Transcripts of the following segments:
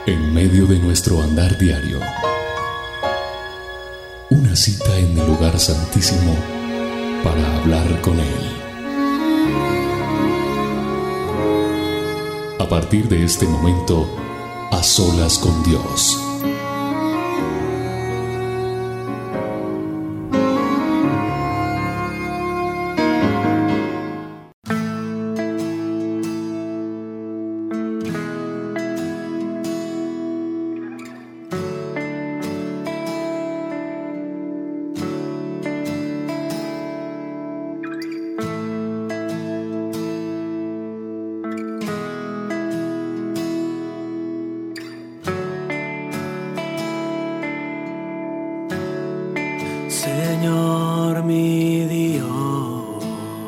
En medio de nuestro andar diario, una cita en el lugar santísimo para hablar con Él. A partir de este momento, a solas con Dios. Señor mi Dios,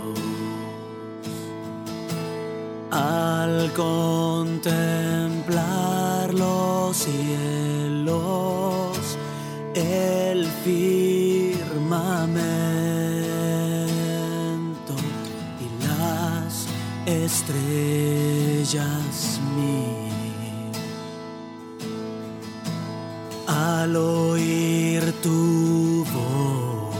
al contemplar los cielos, el firmamento y las estrellas mías, al oír tu voz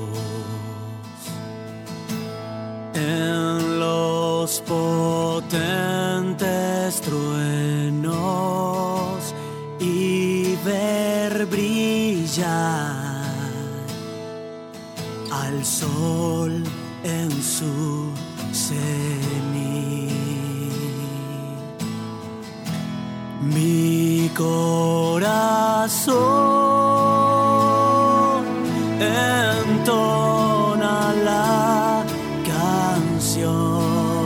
en los potentes truenos y ver brillar al sol en su cenit. Mi corazón entona la canción.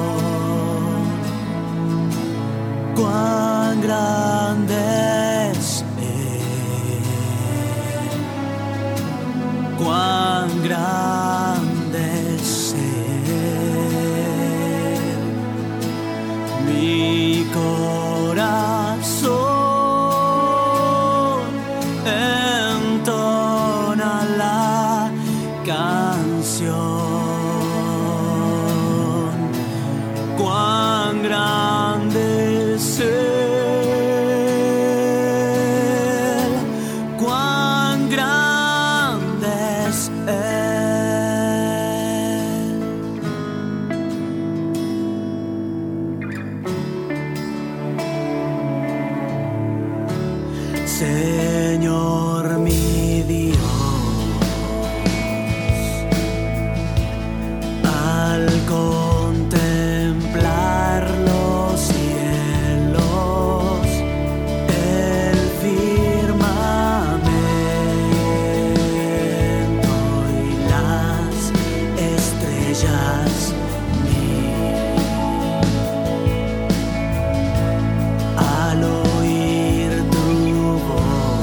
Cuán grande es Él, cuán grande es Él. Mi corazón entona la canción. Cuán grande es Él, cuán grande es Él. Señor mi Dios, al contemplar los cielos, el firmamento y las estrellas mías, al oír tu voz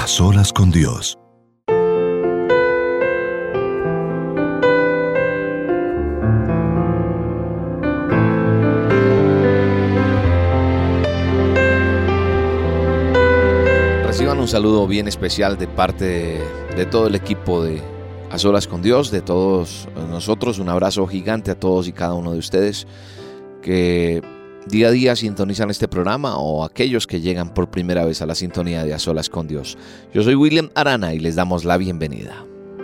solas con Dios. Reciban un saludo bien especial de parte de todo el equipo de A Solas con Dios, de todos nosotros. Un abrazo gigante a todos y cada uno de ustedes que día a día sintonizan este programa o aquellos que llegan por primera vez a la sintonía de A Solas con Dios. Yo soy William Arana y les damos la bienvenida.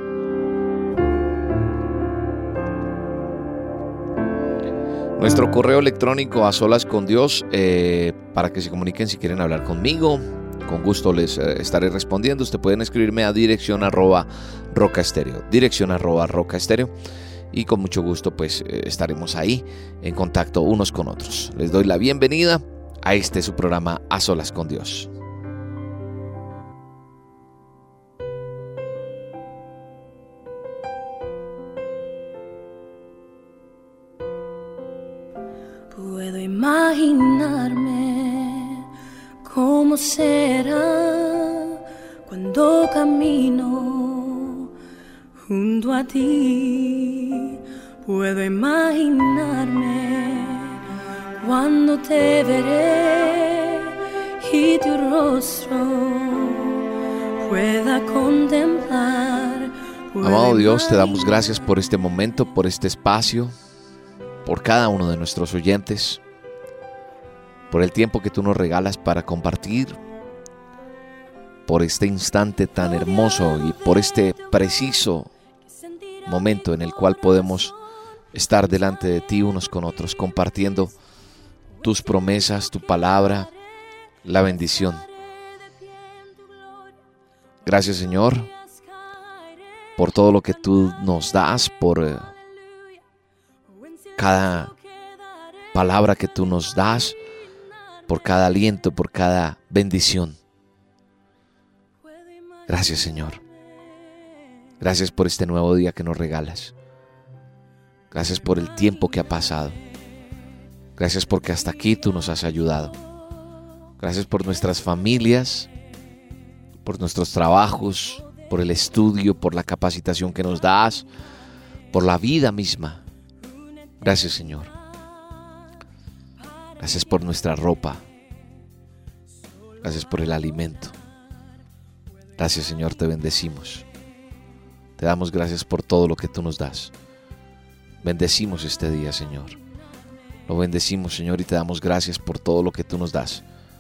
Nuestro correo electrónico asolascondios para que se comuniquen si quieren hablar conmigo. Con gusto les estaré respondiendo. Ustedes pueden escribirme a dirección@rocaestereo, dirección@rocaestereo, y con mucho gusto pues estaremos ahí en contacto unos con otros. Les doy la bienvenida a este su programa A Solas con Dios. Puedo imaginarme cómo será cuando camino junto a ti. Puedo imaginarme cuando te veré y tu rostro pueda contemplar. Amado Dios, te damos gracias por este momento, por este espacio, por cada uno de nuestros oyentes, por el tiempo que tú nos regalas para compartir, por este instante tan hermoso y por este preciso momento en el cual podemos estar delante de ti unos con otros, compartiendo tus promesas, tu palabra, la bendición. Gracias, Señor, por todo lo que tú nos das, por cada palabra que tú nos das, por cada aliento, por cada bendición. Gracias, Señor. Gracias por este nuevo día que nos regalas. Gracias por el tiempo que ha pasado. Gracias porque hasta aquí tú nos has ayudado. Gracias por nuestras familias, por nuestros trabajos, por el estudio, por la capacitación que nos das, por la vida misma. Gracias, Señor. Gracias por nuestra ropa. Gracias por el alimento. Gracias, Señor, te bendecimos. Te damos gracias por todo lo que tú nos das. Bendecimos este día, Señor. Lo bendecimos, Señor, y te damos gracias por todo lo que tú nos das.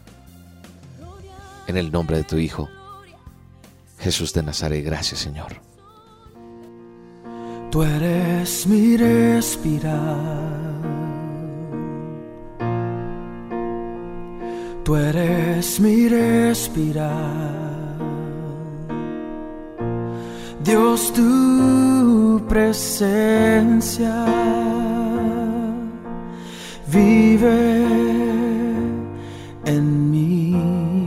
En el nombre de tu Hijo, Jesús de Nazaret, gracias, Señor. Tú eres mi respirar. Tú eres mi respirar. Dios, tu presencia vive en mí.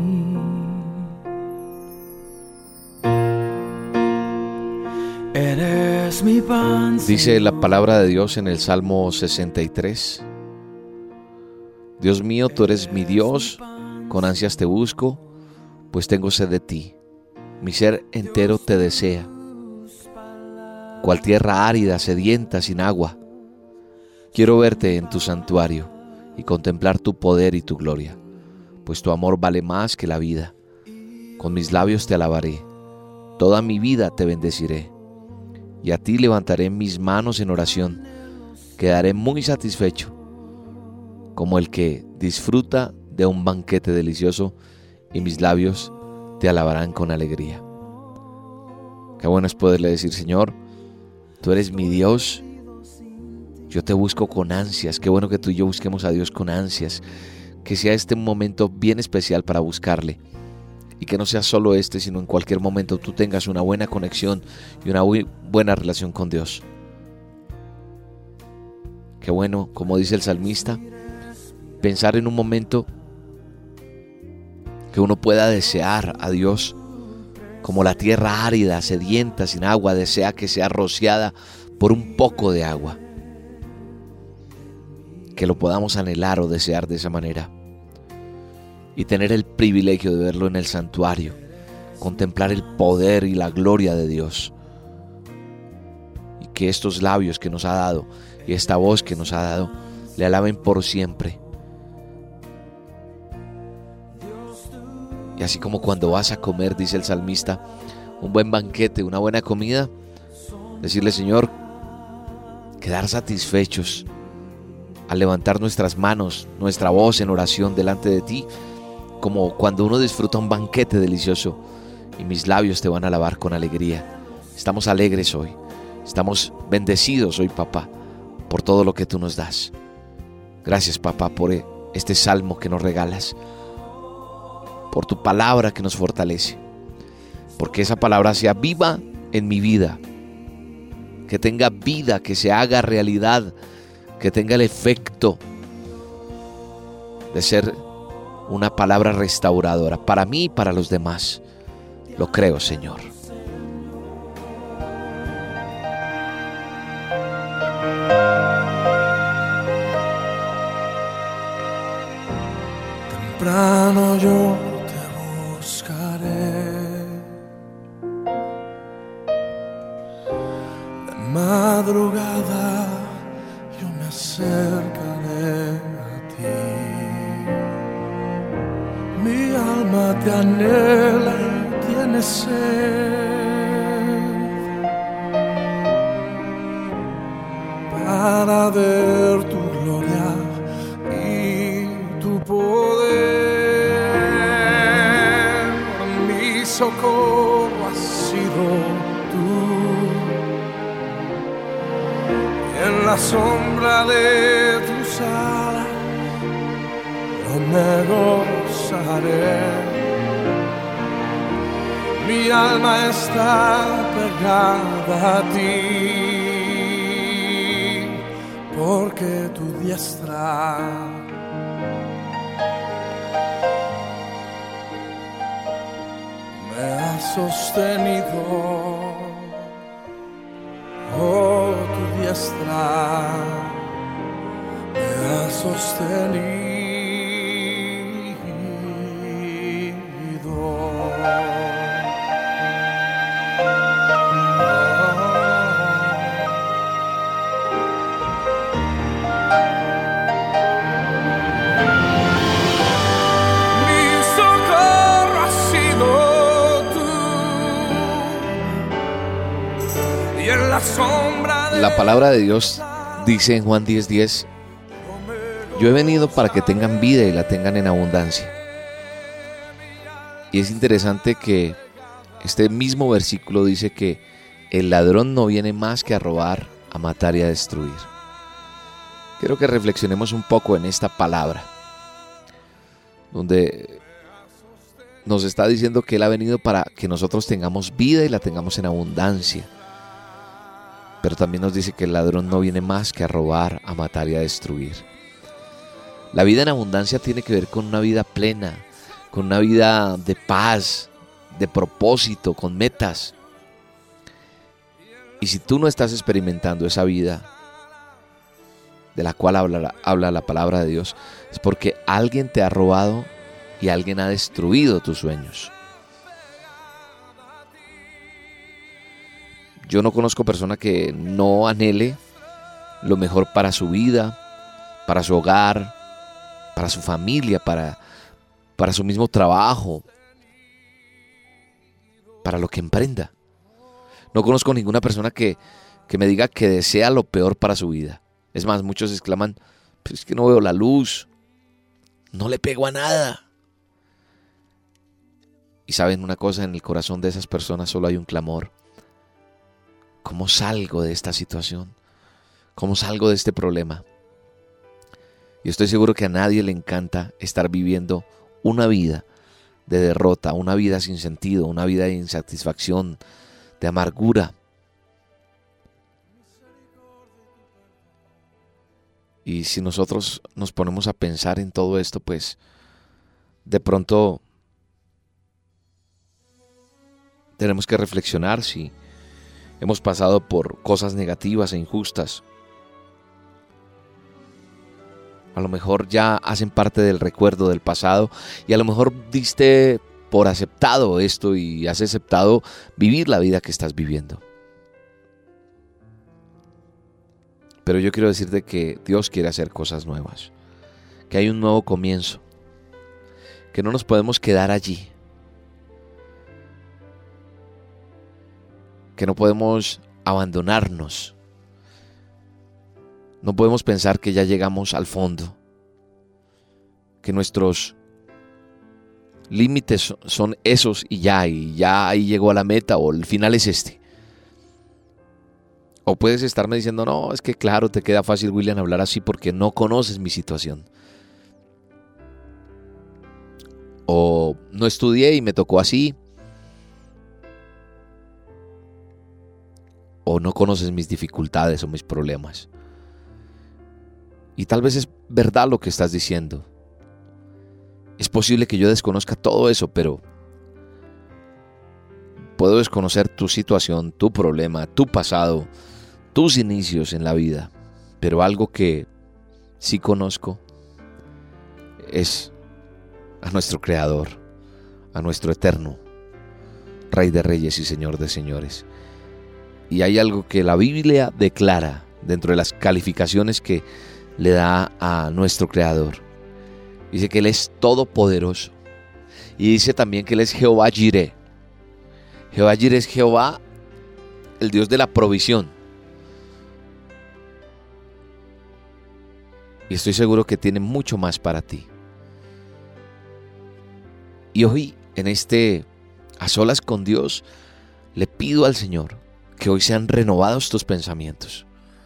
Eres mi pan. Dice la palabra de Dios en el Salmo 63. Dios mío, tú eres mi Dios, con ansias te busco, pues tengo sed de ti. Mi ser entero te desea. Cual tierra árida, sedienta, sin agua. Quiero verte en tu santuario y contemplar tu poder y tu gloria, pues tu amor vale más que la vida. Con mis labios te alabaré, toda mi vida te bendeciré, y a ti levantaré mis manos en oración. Quedaré muy satisfecho, como el que disfruta de un banquete delicioso, y mis labios te alabarán con alegría. Qué bueno es poderle decir: Señor, tú eres mi Dios, yo te busco con ansias. Qué bueno que tú y yo busquemos a Dios con ansias, que sea este un momento bien especial para buscarle, y que no sea solo este, sino en cualquier momento tú tengas una buena conexión y una buena relación con Dios. Qué bueno, como dice el salmista, pensar en un momento que uno pueda desear a Dios como la tierra árida, sedienta, sin agua, desea que sea rociada por un poco de agua. Que lo podamos anhelar o desear de esa manera. Y tener el privilegio de verlo en el santuario, contemplar el poder y la gloria de Dios. Y que estos labios que nos ha dado y esta voz que nos ha dado le alaben por siempre. Y así como cuando vas a comer, dice el salmista, un buen banquete, una buena comida, decirle: Señor, quedar satisfechos al levantar nuestras manos, nuestra voz en oración delante de ti, como cuando uno disfruta un banquete delicioso y mis labios te van a alabar con alegría. Estamos alegres hoy, estamos bendecidos hoy, papá, por todo lo que tú nos das. Gracias, papá, por este salmo que nos regalas, por tu palabra que nos fortalece, porque esa palabra sea viva en mi vida, que tenga vida, que se haga realidad, que tenga el efecto de ser una palabra restauradora para mí y para los demás. Lo creo, Señor. Temprano yo te buscaré, de madrugada yo me acercaré a ti. Mi alma te anhela y tiene sed para ver tu gloria y tu poder. Mi socorro has sido tú, y en la sombra de tus alas yo me gozaré. Mi alma está pegada a ti, porque tu diestra me ha sostenido. Oh, tu diestra me ha sostenido. La palabra de Dios dice en Juan 10:10: yo he venido para que tengan vida y la tengan en abundancia. Y es interesante que este mismo versículo dice que el ladrón no viene más que a robar, a matar y a destruir. Quiero que reflexionemos un poco en esta palabra, donde nos está diciendo que Él ha venido para que nosotros tengamos vida y la tengamos en abundancia. Pero también nos dice que el ladrón no viene más que a robar, a matar y a destruir. La vida en abundancia tiene que ver con una vida plena, con una vida de paz, de propósito, con metas. Y si tú no estás experimentando esa vida de la cual habla la palabra de Dios, es porque alguien te ha robado y alguien ha destruido tus sueños. Yo no conozco persona que no anhele lo mejor para su vida, para su hogar, para su familia, para su mismo trabajo, para lo que emprenda. No conozco ninguna persona que me diga que desea lo peor para su vida. Es más, muchos exclaman: pero es que no veo la luz, no le pego a nada. Y saben una cosa, en el corazón de esas personas solo hay un clamor: ¿cómo salgo de esta situación? ¿Cómo salgo de este problema? Y estoy seguro que a nadie le encanta estar viviendo una vida de derrota, una vida sin sentido, una vida de insatisfacción, de amargura. Y si nosotros nos ponemos a pensar en todo esto, pues de pronto tenemos que reflexionar si hemos pasado por cosas negativas e injustas. A lo mejor ya hacen parte del recuerdo del pasado y a lo mejor diste por aceptado esto y has aceptado vivir la vida que estás viviendo. Pero yo quiero decirte que Dios quiere hacer cosas nuevas, que hay un nuevo comienzo, que no nos podemos quedar allí, que no podemos abandonarnos, no podemos pensar que ya llegamos al fondo, que nuestros límites son esos y ya ahí llegó a la meta o el final es este. O puedes estarme diciendo, no, es que claro, te queda fácil, William, hablar así porque no conoces mi situación. O no estudié y me tocó así. O no conoces mis dificultades o mis problemas. Y tal vez es verdad lo que estás diciendo. Es posible que yo desconozca todo eso, pero puedo desconocer tu situación, tu problema, tu pasado, tus inicios en la vida. Pero algo que sí conozco es a nuestro Creador, a nuestro eterno Rey de Reyes y Señor de Señores. Y hay algo que la Biblia declara dentro de las calificaciones que le da a nuestro Creador. Dice que Él es todopoderoso. Y dice también que Él es Jehová Jireh. Jehová Jireh es Jehová, el Dios de la provisión. Y estoy seguro que tiene mucho más para ti. Y hoy, en este a solas con Dios, le pido al Señor que hoy sean renovados tus pensamientos.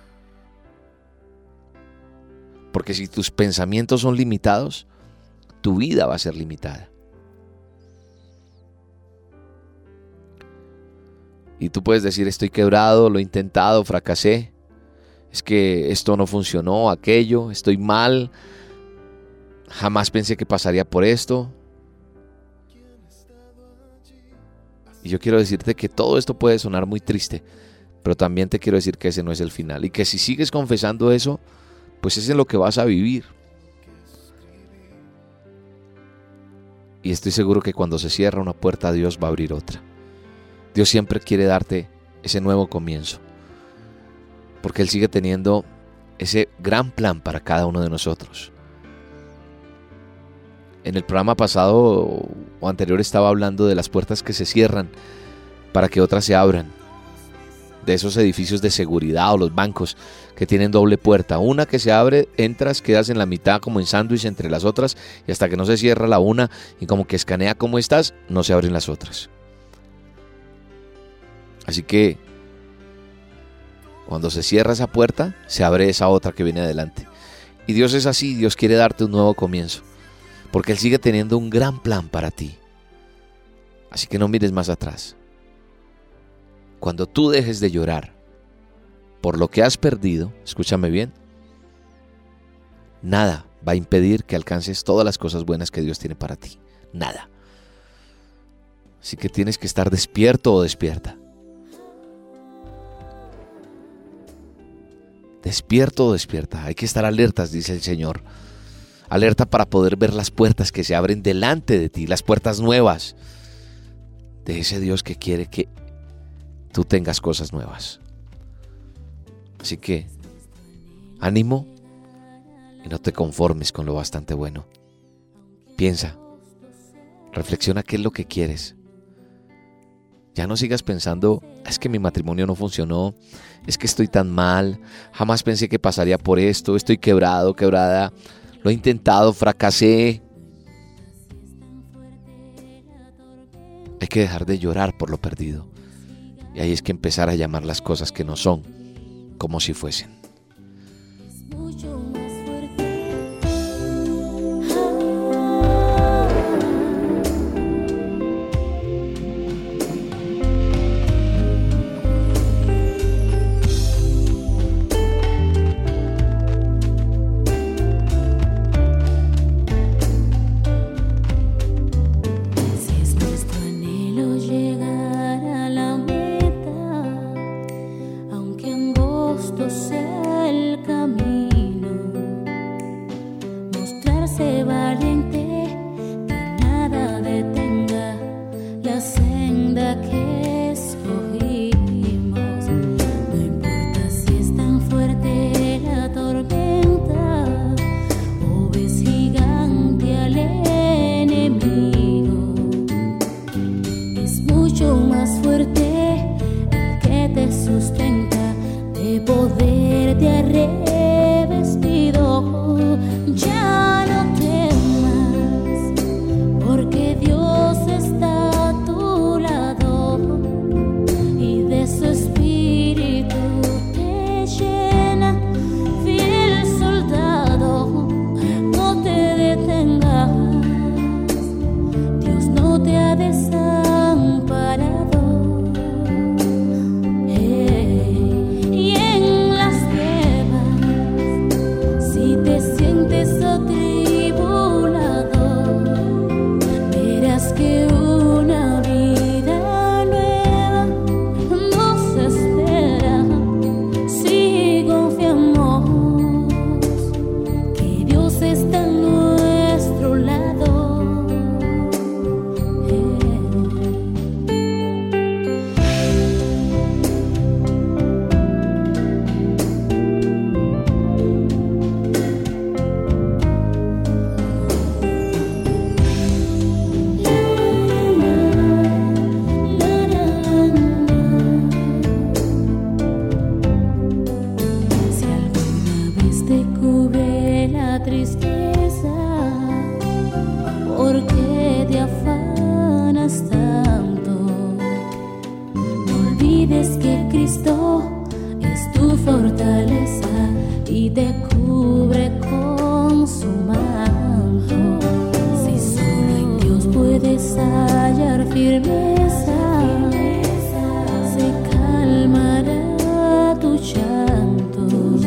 Porque si tus pensamientos son limitados, tu vida va a ser limitada. Y tú puedes decir, estoy quebrado, lo he intentado, fracasé. Es que esto no funcionó, aquello, estoy mal. Jamás pensé que pasaría por esto. Y yo quiero decirte que todo esto puede sonar muy triste, pero también te quiero decir que ese no es el final. Y que si sigues confesando eso, pues es en lo que vas a vivir. Y estoy seguro que cuando se cierra una puerta, Dios va a abrir otra. Dios siempre quiere darte ese nuevo comienzo, porque Él sigue teniendo ese gran plan para cada uno de nosotros. En el programa pasado o anterior estaba hablando de las puertas que se cierran para que otras se abran. De esos edificios de seguridad o los bancos que tienen doble puerta. Una que se abre, entras, quedas en la mitad como en sándwich entre las otras y hasta que no se cierra la una y como que escanea cómo estás, no se abren las otras. Así que cuando se cierra esa puerta, se abre esa otra que viene adelante. Y Dios es así, Dios quiere darte un nuevo comienzo, porque Él sigue teniendo un gran plan para ti. Así que no mires más atrás. Cuando tú dejes de llorar por lo que has perdido, escúchame bien, nada va a impedir que alcances todas las cosas buenas que Dios tiene para ti. Nada. Así que tienes que estar despierto o despierta. Despierto o despierta. Hay que estar alertas, dice el Señor. Alerta para poder ver las puertas que se abren delante de ti, las puertas nuevas de ese Dios que quiere que tú tengas cosas nuevas. Así que ánimo y no te conformes con lo bastante bueno. Piensa, reflexiona qué es lo que quieres. Ya no sigas pensando, es que mi matrimonio no funcionó, es que estoy tan mal, jamás pensé que pasaría por esto, estoy quebrado, quebrada, lo he intentado, fracasé. Hay que dejar de llorar por lo perdido. Y ahí es que empezar a llamar las cosas que no son como si fuesen. Sea firmeza, se calmará tu llanto.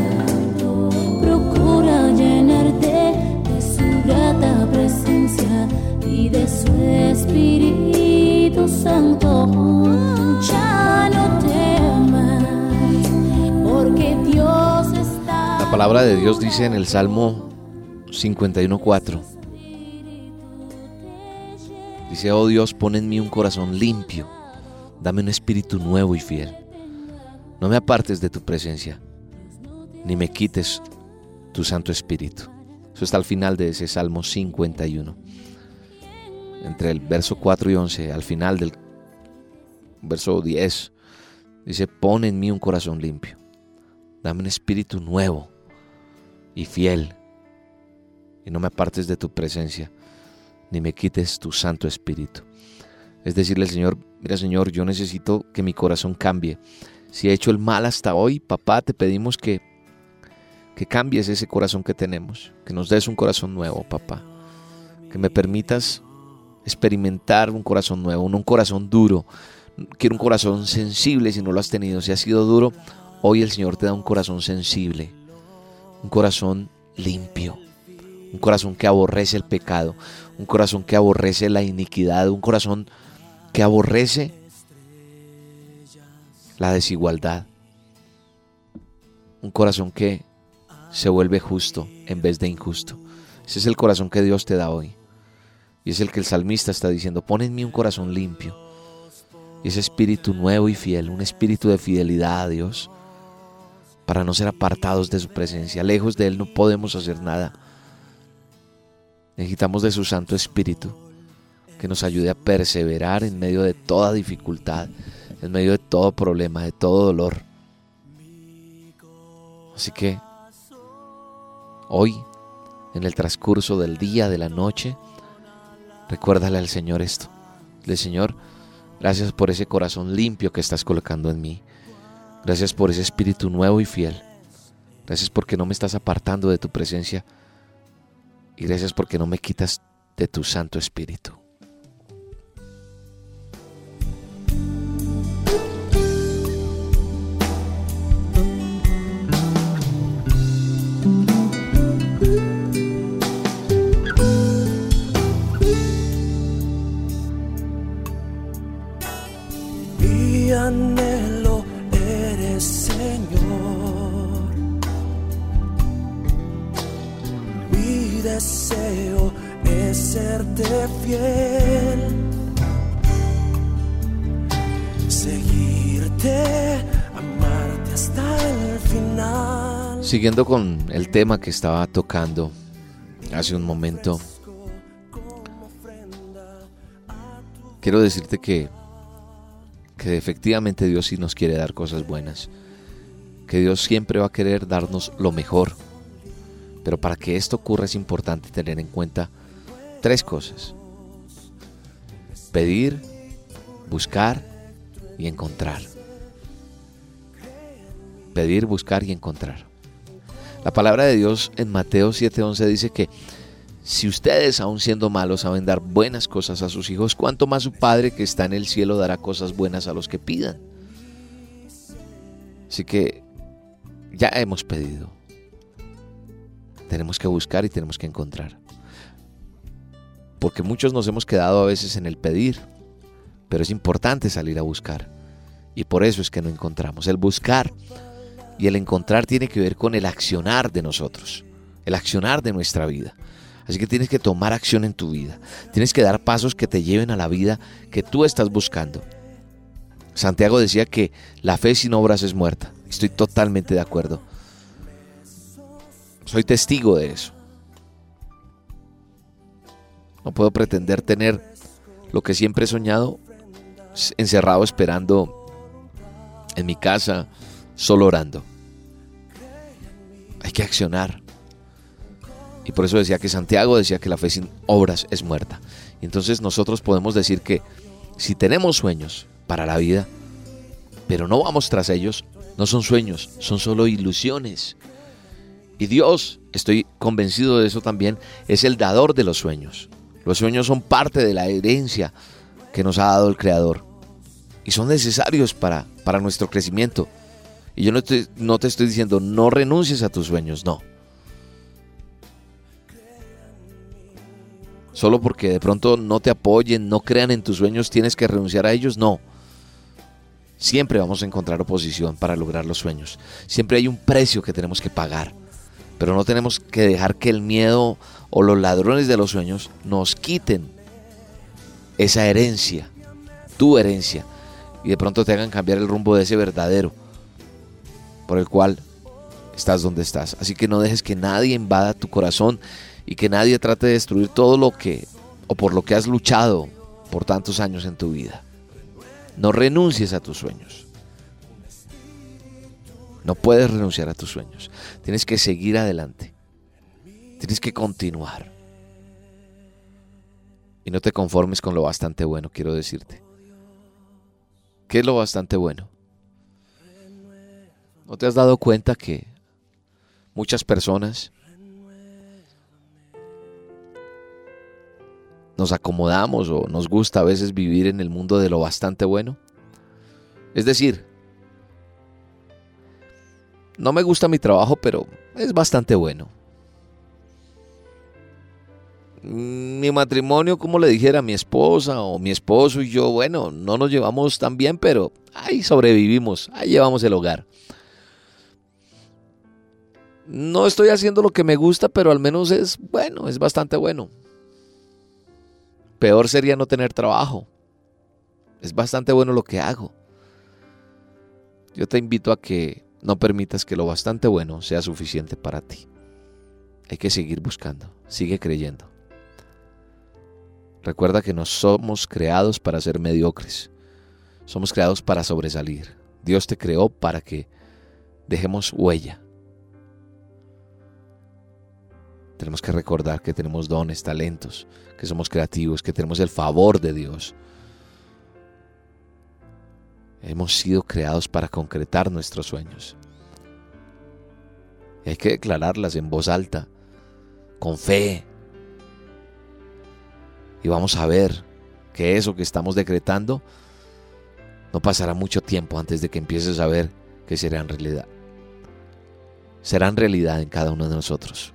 Procura llenarte de su grata presencia y de su Espíritu Santo. Ya no temas, porque Dios está. La palabra de Dios dice en el Salmo 51:4. Dice: oh Dios, pon en mí un corazón limpio, dame un espíritu nuevo y fiel. No me apartes de tu presencia, ni me quites tu Santo Espíritu. Eso está al final de ese Salmo 51. Entre el verso 4 y 11, al final del verso 10, dice: pon en mí un corazón limpio, dame un espíritu nuevo y fiel, y no me apartes de tu presencia, ni me quites tu Santo Espíritu. Es decirle al Señor: mira, Señor, yo necesito que mi corazón cambie. Si he hecho el mal hasta hoy, papá, te pedimos que cambies ese corazón que tenemos, que nos des un corazón nuevo, papá, que me permitas experimentar un corazón nuevo, no un corazón duro. Quiero un corazón sensible. Si no lo has tenido, si ha sido duro, hoy el Señor te da un corazón sensible, un corazón limpio, un corazón que aborrece el pecado, un corazón que aborrece la iniquidad, un corazón que aborrece la desigualdad, un corazón que se vuelve justo en vez de injusto. Ese es el corazón que Dios te da hoy, y es el que el salmista está diciendo: pon en mí un corazón limpio, y ese espíritu nuevo y fiel, un espíritu de fidelidad a Dios, para no ser apartados de su presencia. Lejos de Él no podemos hacer nada. Necesitamos de su Santo Espíritu, que nos ayude a perseverar en medio de toda dificultad, en medio de todo problema, de todo dolor. Así que hoy, en el transcurso del día, de la noche, recuérdale al Señor esto. Dile: Señor, gracias por ese corazón limpio que estás colocando en mí. Gracias por ese espíritu nuevo y fiel. Gracias porque no me estás apartando de tu presencia. Y gracias porque no me quitas de tu Santo Espíritu. Mi anhelo eres, Señor. Mi deseo es serte fiel, seguirte, amarte hasta el final. Siguiendo con el tema que estaba tocando hace un momento, quiero decirte que efectivamente Dios sí nos quiere dar cosas buenas, que Dios siempre va a querer darnos lo mejor, pero para que esto ocurra es importante tener en cuenta 3 cosas: pedir, buscar y encontrar. Pedir, buscar y encontrar. La palabra de Dios en Mateo 7:11 dice que si ustedes, aun siendo malos, saben dar buenas cosas a sus hijos, ¿cuánto más su Padre que está en el cielo dará cosas buenas a los que pidan? Así que ya hemos pedido. Tenemos que buscar y tenemos que encontrar. Porque muchos nos hemos quedado a veces en el pedir, pero es importante salir a buscar. Y por eso es que no encontramos. El buscar y el encontrar tiene que ver con el accionar de nosotros, el accionar de nuestra vida. Así que tienes que tomar acción en tu vida. Tienes que dar pasos que te lleven a la vida que tú estás buscando. Santiago decía que la fe sin obras es muerta. Estoy totalmente de acuerdo. Soy testigo de eso. No puedo pretender tener lo que siempre he soñado encerrado esperando en mi casa, solo orando. Hay que accionar. Y por eso decía que Santiago decía que la fe sin obras es muerta. Y entonces nosotros podemos decir que si tenemos sueños para la vida, pero no vamos tras ellos, no son sueños, son solo ilusiones. Y Dios, estoy convencido de eso también, es el dador de los sueños. Los sueños son parte de la herencia que nos ha dado el Creador. Y son necesarios para nuestro crecimiento. Y yo no te estoy diciendo no renuncies a tus sueños, no. Solo porque de pronto no te apoyen, no crean en tus sueños, tienes que renunciar a ellos, no. Siempre vamos a encontrar oposición para lograr los sueños. Siempre hay un precio que tenemos que pagar. Pero no tenemos que dejar que el miedo o los ladrones de los sueños nos quiten esa herencia, tu herencia, y de pronto te hagan cambiar el rumbo de ese verdadero por el cual estás donde estás. Así que no dejes que nadie invada tu corazón y que nadie trate de destruir todo lo que o por lo que has luchado por tantos años en tu vida. No renuncies a tus sueños. No puedes renunciar a tus sueños. Tienes que seguir adelante. Tienes que continuar. Y no te conformes con lo bastante bueno, quiero decirte. ¿Qué es lo bastante bueno? ¿No te has dado cuenta que muchas personas nos acomodamos o nos gusta a veces vivir en el mundo de lo bastante bueno? Es decir, no me gusta mi trabajo, pero es bastante bueno. Mi matrimonio, como le dijera a mi esposa o mi esposo y yo, bueno, no nos llevamos tan bien, pero ahí sobrevivimos, ahí llevamos el hogar. No estoy haciendo lo que me gusta, pero al menos es bueno, es bastante bueno. Peor sería no tener trabajo. Es bastante bueno lo que hago. Yo te invito a que no permitas que lo bastante bueno sea suficiente para ti. Hay que seguir buscando, sigue creyendo. Recuerda que no somos creados para ser mediocres. Somos creados para sobresalir. Dios te creó para que dejemos huella. Tenemos que recordar que tenemos dones, talentos, que somos creativos, que tenemos el favor de Dios. Hemos sido creados para concretar nuestros sueños. Y hay que declararlas en voz alta, con fe. Y vamos a ver que eso que estamos decretando no pasará mucho tiempo antes de que empieces a ver que serán realidad. Serán realidad en cada uno de nosotros.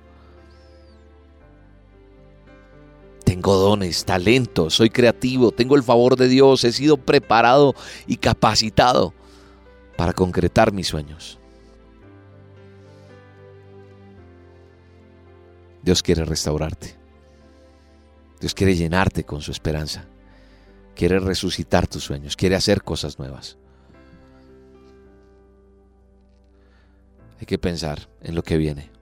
Tengo dones, talentos, soy creativo, tengo el favor de Dios, he sido preparado y capacitado para concretar mis sueños. Dios quiere restaurarte. Dios quiere llenarte con su esperanza. Quiere resucitar tus sueños, quiere hacer cosas nuevas. Hay que pensar en lo que viene.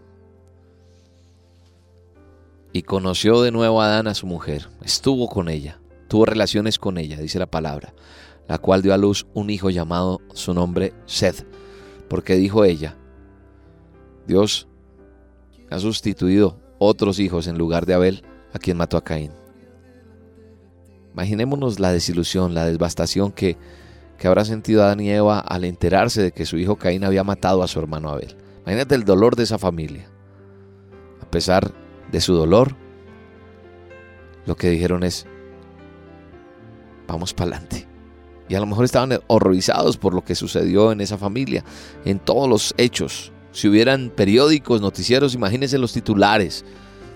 Y conoció de nuevo a Adán a su mujer, estuvo con ella, tuvo relaciones con ella, dice la palabra, la cual dio a luz un hijo llamado su nombre Seth, porque dijo ella, Dios ha sustituido otros hijos en lugar de Abel, a quien mató a Caín. Imaginémonos la desilusión, la devastación que habrá sentido Adán y Eva al enterarse de que su hijo Caín había matado a su hermano Abel. Imagínate el dolor de esa familia. A pesar de su dolor, lo que dijeron es, vamos para adelante. Y a lo mejor estaban horrorizados por lo que sucedió en esa familia, en todos los hechos. Si hubieran periódicos, noticieros, imagínense los titulares.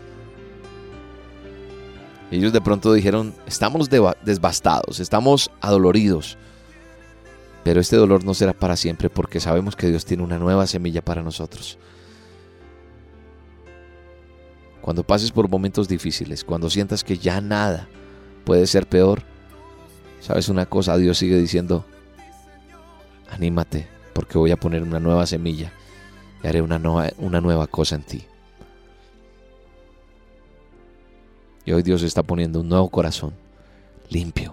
Ellos de pronto dijeron, estamos devastados, estamos adoloridos. Pero este dolor no será para siempre porque sabemos que Dios tiene una nueva semilla para nosotros. Cuando pases por momentos difíciles, cuando sientas que ya nada puede ser peor, ¿sabes una cosa? Dios sigue diciendo, anímate porque voy a poner una nueva semilla y haré una nueva cosa en ti. Y hoy Dios está poniendo un nuevo corazón, limpio,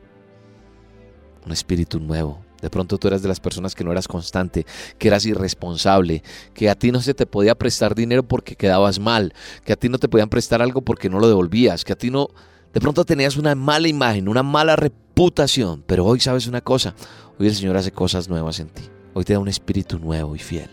un espíritu nuevo. De pronto tú eras de las personas que no eras constante, que eras irresponsable, que a ti no se te podía prestar dinero porque quedabas mal, que a ti no te podían prestar algo porque no lo devolvías, que a ti no, de pronto tenías una mala imagen, una mala reputación. Pero hoy sabes una cosa, hoy el Señor hace cosas nuevas en ti. Hoy te da un espíritu nuevo y fiel.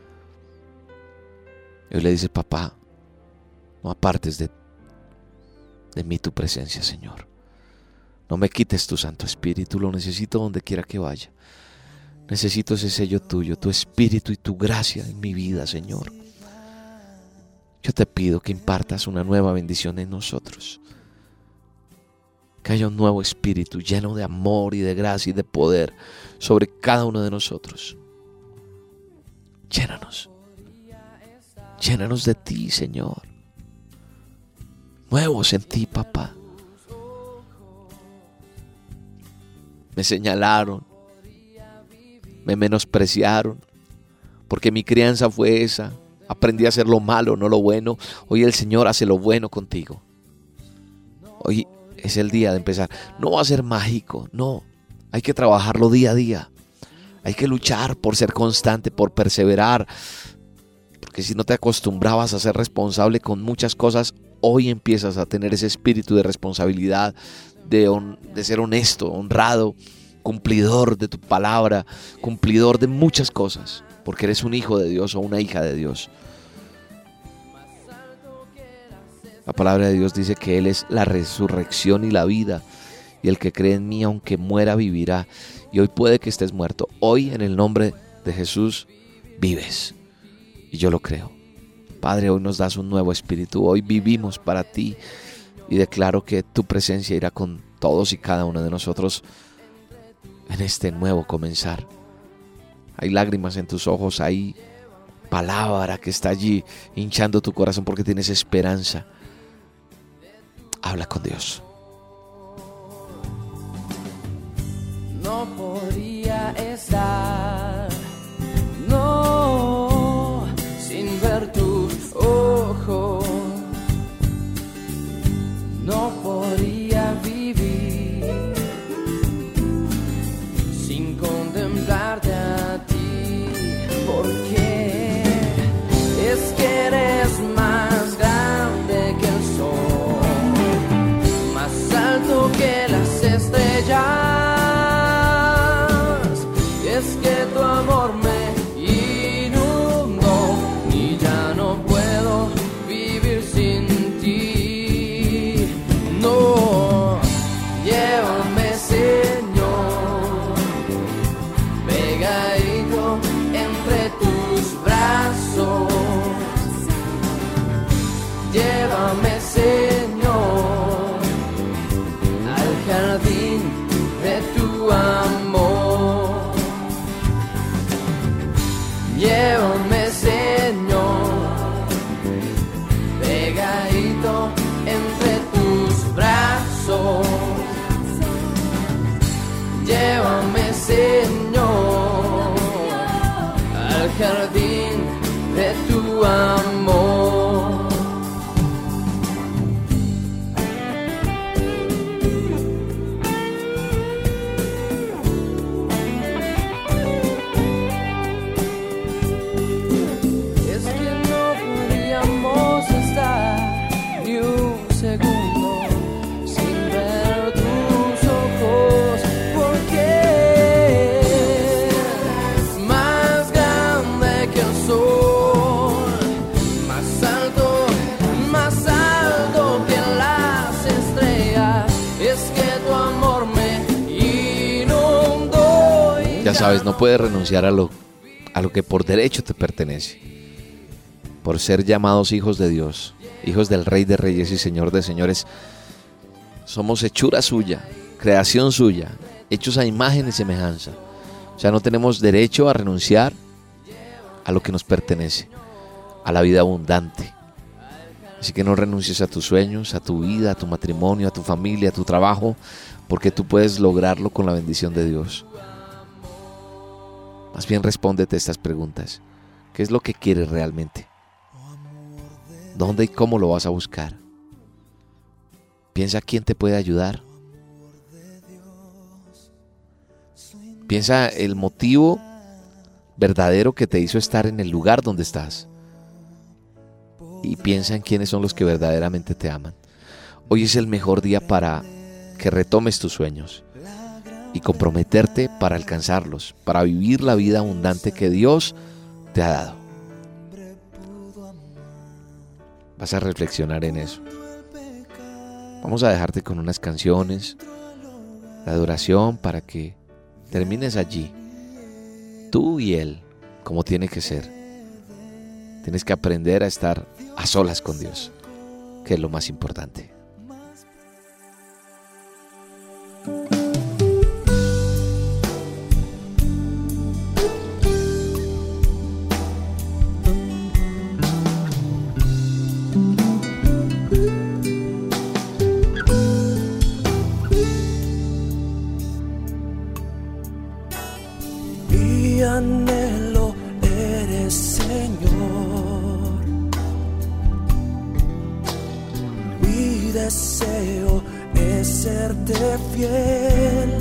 Y hoy le dices, papá, no apartes de mí tu presencia, Señor. No me quites tu Santo Espíritu, lo necesito donde quiera que vaya. Necesito ese sello tuyo, tu Espíritu y tu gracia en mi vida, Señor. Yo te pido que impartas una nueva bendición en nosotros. Que haya un nuevo espíritu lleno de amor y de gracia y de poder sobre cada uno de nosotros. Llénanos. Llénanos de ti, Señor. Nuevos en ti, papá. Me señalaron, me menospreciaron, porque mi crianza fue esa. Aprendí a hacer lo malo, no lo bueno. Hoy el Señor hace lo bueno contigo. Hoy es el día de empezar. No va a ser mágico, no. Hay que trabajarlo día a día. Hay que luchar por ser constante, por perseverar. Porque si no te acostumbrabas a ser responsable con muchas cosas, hoy empiezas a tener ese espíritu de responsabilidad, de ser honesto, honrado, cumplidor de tu palabra, cumplidor de muchas cosas, porque eres un hijo de Dios o una hija de Dios. La palabra de Dios dice que Él es la resurrección y la vida, y el que cree en mí, aunque muera, vivirá. Y hoy puede que estés muerto. Hoy, en el nombre de Jesús, vives. Y yo lo creo. Padre, hoy nos das un nuevo espíritu. Hoy vivimos para ti. Y declaro que tu presencia irá con todos y cada uno de nosotros en este nuevo comenzar. Hay lágrimas en tus ojos. Hay palabra que está allí hinchando tu corazón porque tienes esperanza. Habla con Dios. No podría estar, no, sin ver tus ojos. No podría vivir sin contemplarte a ti, porque es que eres más grande que el sol, más alto que las estrellas. Es que tu amor me inundó y ya no puedo vivir sin ti. No, llévame, Señor, pegadito entre tus brazos. Llévame, Señor, al jardín de tu amor. Llévame, Señor, pegadito entre tus brazos. Llévame, Señor, al jardín de tu amor. Ya sabes, no puedes renunciar a lo que por derecho te pertenece. Por ser llamados hijos de Dios, hijos del Rey de Reyes y Señor de Señores, somos hechura suya, creación suya, hechos a imagen y semejanza. O sea, no tenemos derecho a renunciar a lo que nos pertenece, a la vida abundante. Así que no renuncies a tus sueños, a tu vida, a tu matrimonio, a tu familia, a tu trabajo, porque tú puedes lograrlo con la bendición de Dios. Más bien respóndete estas preguntas. ¿Qué es lo que quieres realmente? ¿Dónde y cómo lo vas a buscar? Piensa quién te puede ayudar. Piensa el motivo verdadero que te hizo estar en el lugar donde estás. Y piensa en quiénes son los que verdaderamente te aman. Hoy es el mejor día para que retomes tus sueños y comprometerte para alcanzarlos, para vivir la vida abundante que Dios te ha dado. Vas a reflexionar en eso. Vamos a dejarte con unas canciones de adoración para que termines allí, tú y Él, como tiene que ser. Tienes que aprender a estar a solas con Dios, que es lo más importante. Mi anhelo eres, Señor. Mi deseo es serte fiel,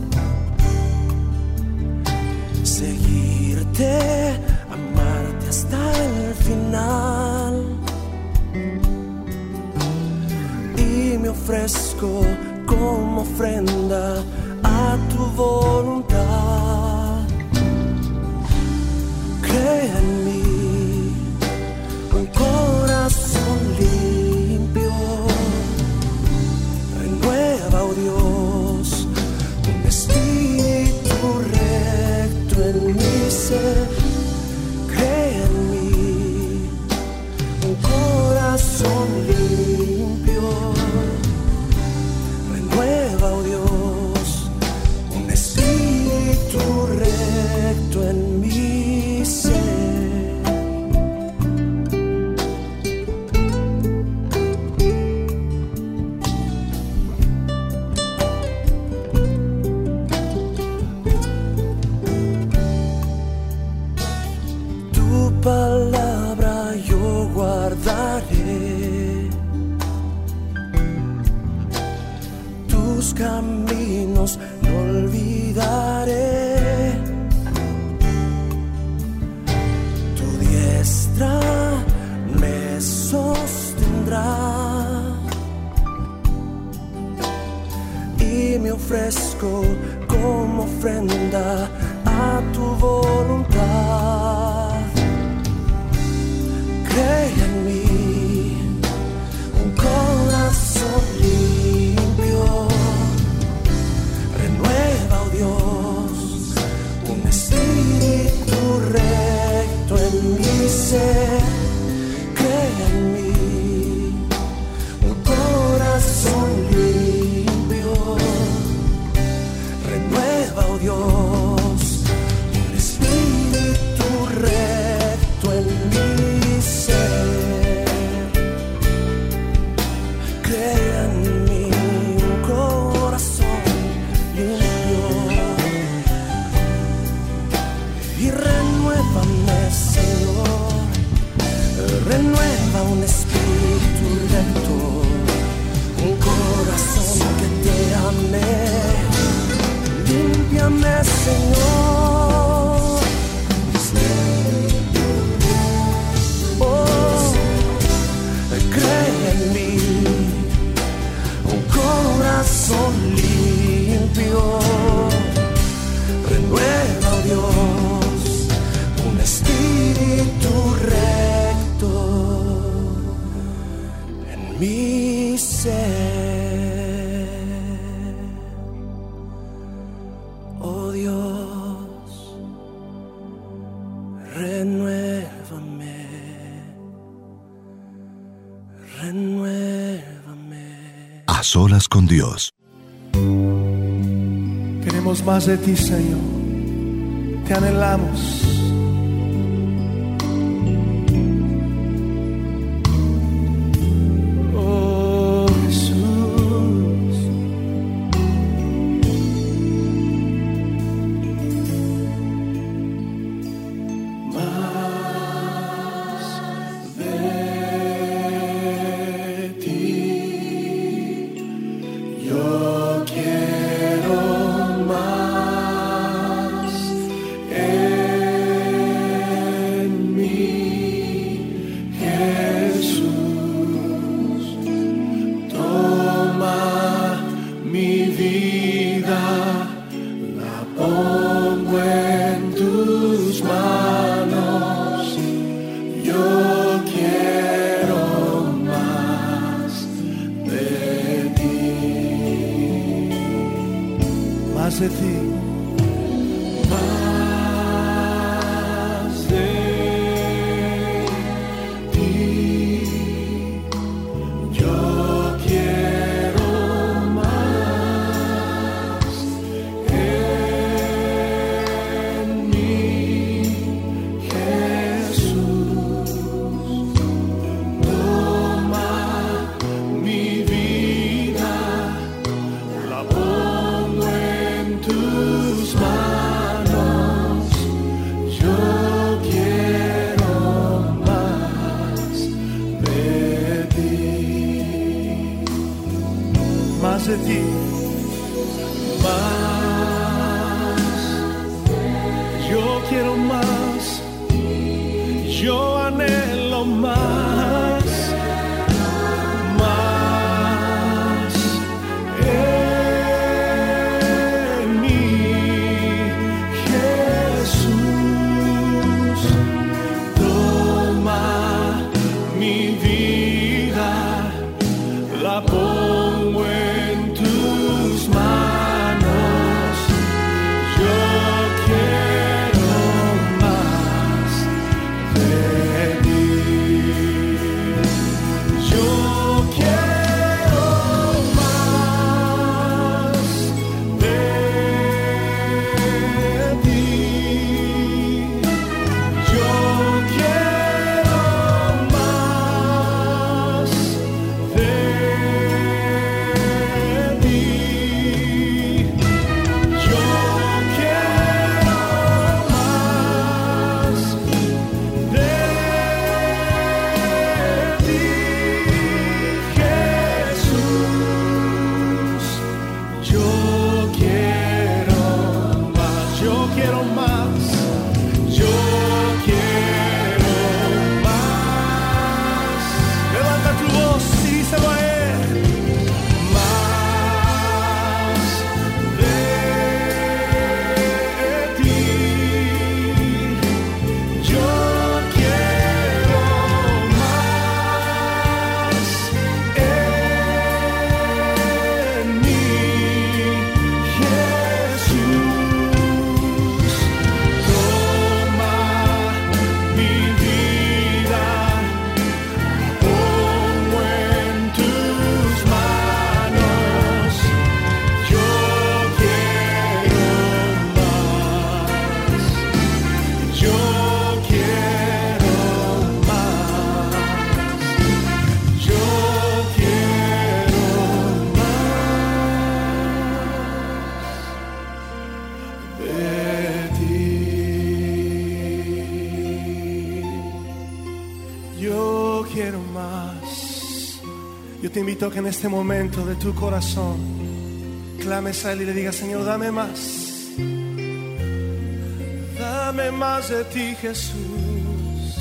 seguirte, amarte hasta el final. Y me ofrezco como ofrenda a tu voluntad. Crea en mí un corazón limpio, renueva, oh Dios, un espíritu recto en mi ser. Crea en mí un corazón limpio, renueva, oh Dios, un espíritu recto en mi ser. Tu palabra yo guardaré, tus caminos no olvidaré. Tu diestra me sostendrá y me ofrezco como ofrenda a tu voluntad. Crea en mí un corazón limpio, renueva, oh Dios, un espíritu recto en mi ser. Crea en mí un corazón limpio, renueva, oh Dios, un espíritu recto en mi ser. Crea en mí un corazón limpio y renuévame, Señor. Renueva un espíritu recto, un corazón que te ame. Límpiame, Señor. Oh, crea en mí un corazón limpio. Renueva, oh Dios, un espíritu recto en mi ser. Oh Dios, renuévame, renuévame. A solas con Dios. Queremos más de ti, Señor. Te anhelamos. Oh Jesús, más de ti. Yo quiero más. más de ti. Más de ti. Yo quiero más en mí, Jesús. Toma mi vida, la pongo en tus manos. Yo quiero más de ti. Más de ti. Más. Yo quiero más. Yo anhelo más. Más en mí, Jesús. Toma mi vida, la pongo en tus manos. Yo quiero más de ti. Yo quiero más de ti. Yo quiero más de ti. Yo quiero más de ti, Jesús. Yo quiero más. Yo quiero más. Yo quiero más. Levanta tu voz y díselo a Él. Más de ti. Yo quiero más en mí, Jesús. Toma mi vida, pongo en tus manos. Yo quiero más. Yo quiero más. Yo quiero más de ti. Yo quiero más. Yo te invito a que en este momento de tu corazón clames a Él y le digas: Señor, dame más. Dame más de ti, Jesús.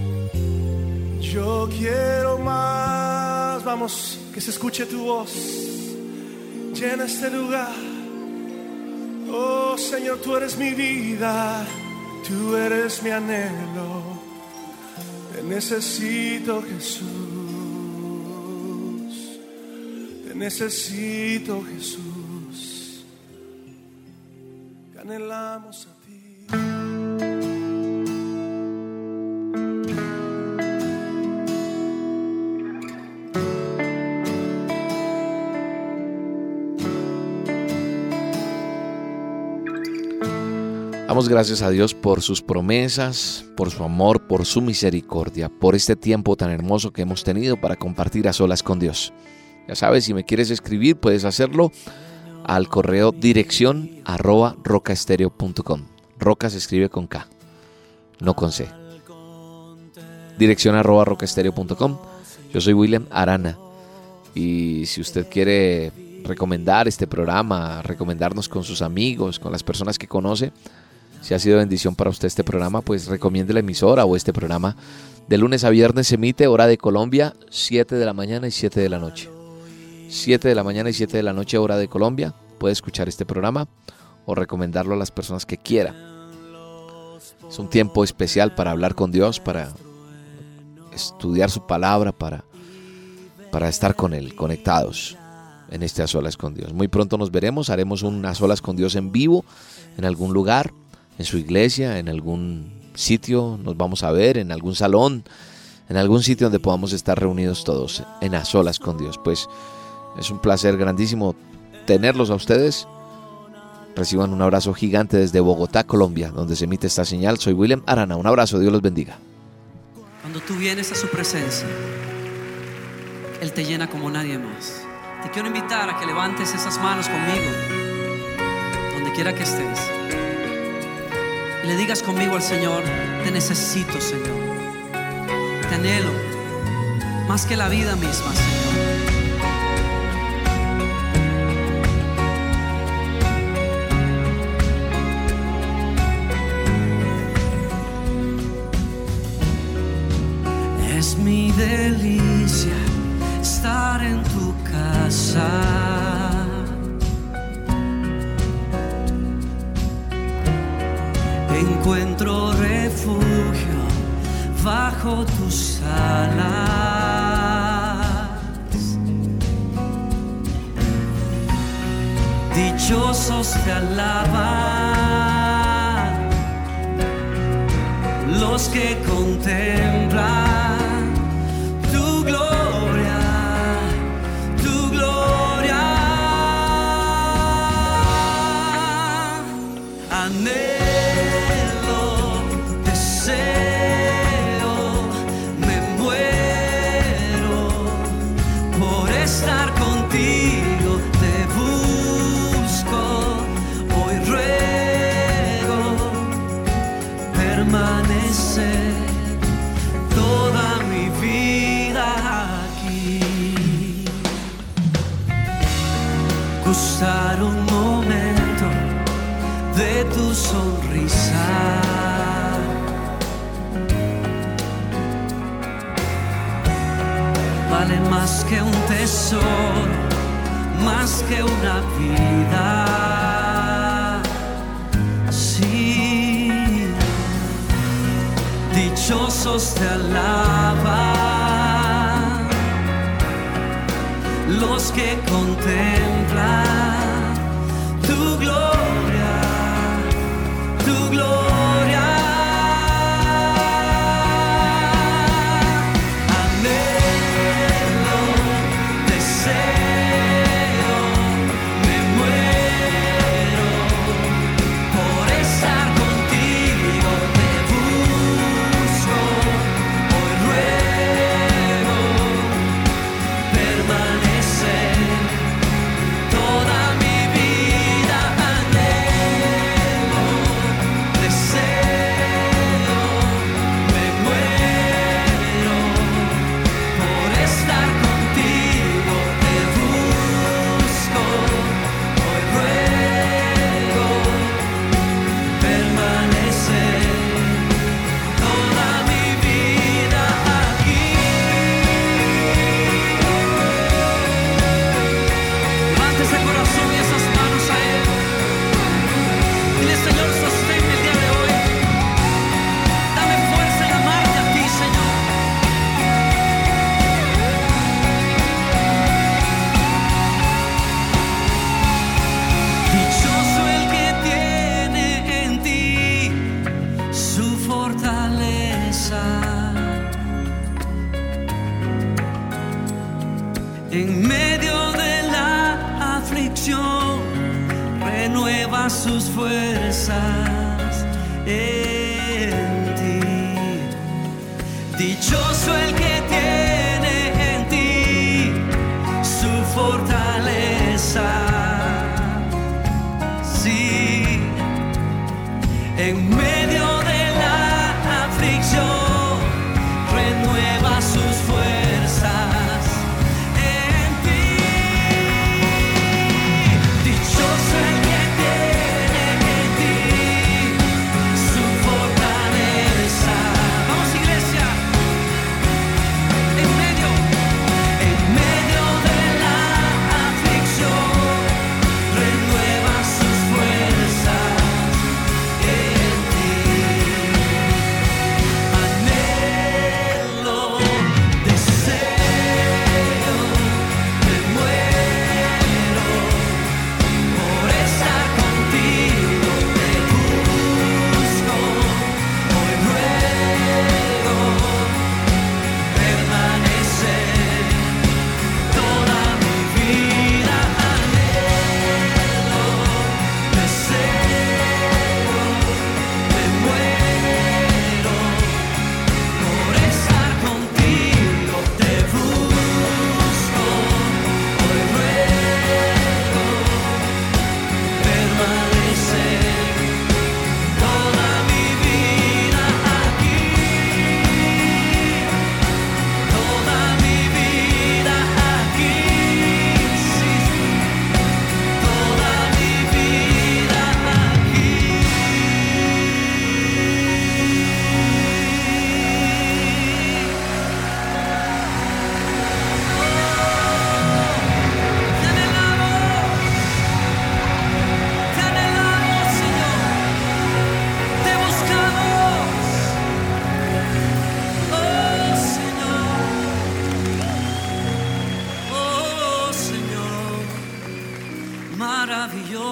Yo quiero más. Vamos, que se escuche tu voz. Llena este lugar. Oh Señor, tú eres mi vida. Tú eres mi anhelo. Te necesito, Jesús. Te necesito, Jesús. Te anhelamos a ti. Damos gracias a Dios por sus promesas, por su amor, por su misericordia, por este tiempo tan hermoso que hemos tenido para compartir a solas con Dios. Ya sabes, si me quieres escribir, puedes hacerlo al correo dirección@rocaestereo.com. Roca se escribe con K, no con C. Dirección@rocaestereo.com. Yo soy William Arana. Y si usted quiere recomendar este programa, recomendarnos con sus amigos, con las personas que conoce, si ha sido bendición para usted este programa, pues recomiende la emisora o este programa. De lunes a viernes se emite, hora de Colombia, 7 de la mañana y 7 de la noche. 7 de la mañana y 7 de la noche, hora de Colombia. Puede escuchar este programa o recomendarlo a las personas que quiera. Es un tiempo especial para hablar con Dios, para estudiar su palabra, para estar con Él, conectados. en este A Solas con Dios. Muy pronto nos veremos, haremos un A Solas con Dios en vivo, en algún lugar, en su iglesia, en algún sitio, nos vamos a ver, en algún salón, en algún sitio donde podamos estar reunidos todos, en A Solas con Dios. Pues es un placer grandísimo tenerlos a ustedes. Reciban un abrazo gigante desde Bogotá, Colombia, donde se emite esta señal. Soy William Arana, un abrazo, Dios los bendiga. Cuando tú vienes a su presencia, Él te llena como nadie más. Te quiero invitar a que levantes esas manos conmigo, donde quiera que estés, y le digas conmigo al Señor: te necesito, Señor, te anhelo más que la vida misma, Señor. Es mi delicia estar en tu casa. Encuentro refugio bajo tus alas. Dichosos te alaban los que contemplan tu gloria, tu gloria. Anhelo, deseo, me muero por estar contigo. Te busco, hoy ruego permanecer toda mi vida aquí. Gustar un momento de tu sonrisa, vale más que un tesoro, más que una vida. Sí, dichosos te alaban los que contemplan tu gloria, tu gloria. Anhelo, deseo, me muero por estar contigo. Te busco, hoy ruego permanecer toda mi vida. Anhelo, deseo, me muero por estar contigo. Te busco, hoy ruego permanecer toda mi vida aquí. Levante ese corazón y esas manos a Él. Dile: Señor, sosténme el día de hoy. Dame fuerza en amarte a ti, Señor. Dichoso el que tiene en ti su fortaleza. En medio de la aflicción renueva sus fuerzas en ti. Dichoso el que tiene en ti su fortaleza. Sí, en medio de la aflicción renueva sus fuerzas en ti. Dichoso el que tiene en ti su fortaleza. Vamos, iglesia. En medio de la aflicción renueva sus fuerzas en ti.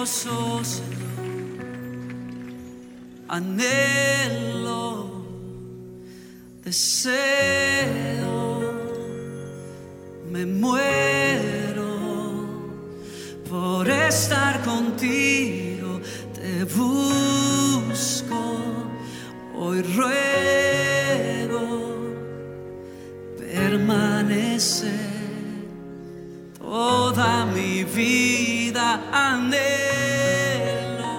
gozo, Señor, anhelo, deseo, me muero por estar contigo, te busco, hoy ruego permanecer. Toda mi vida anhelo,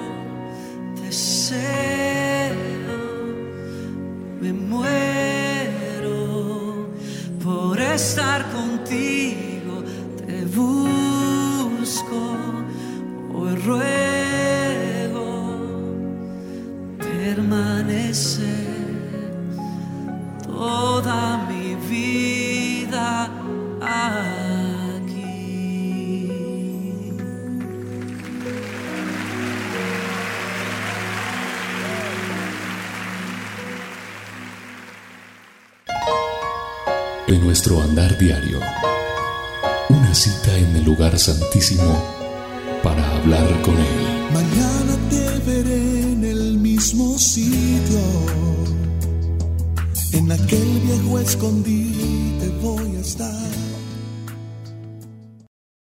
deseo, me muero por estar contigo, te busco, hoy ruego permanecer. Toda mi vida en nuestro andar diario, una cita en el lugar santísimo para hablar con Él. Mañana te veré en el mismo sitio, en aquel viejo escondite voy a estar.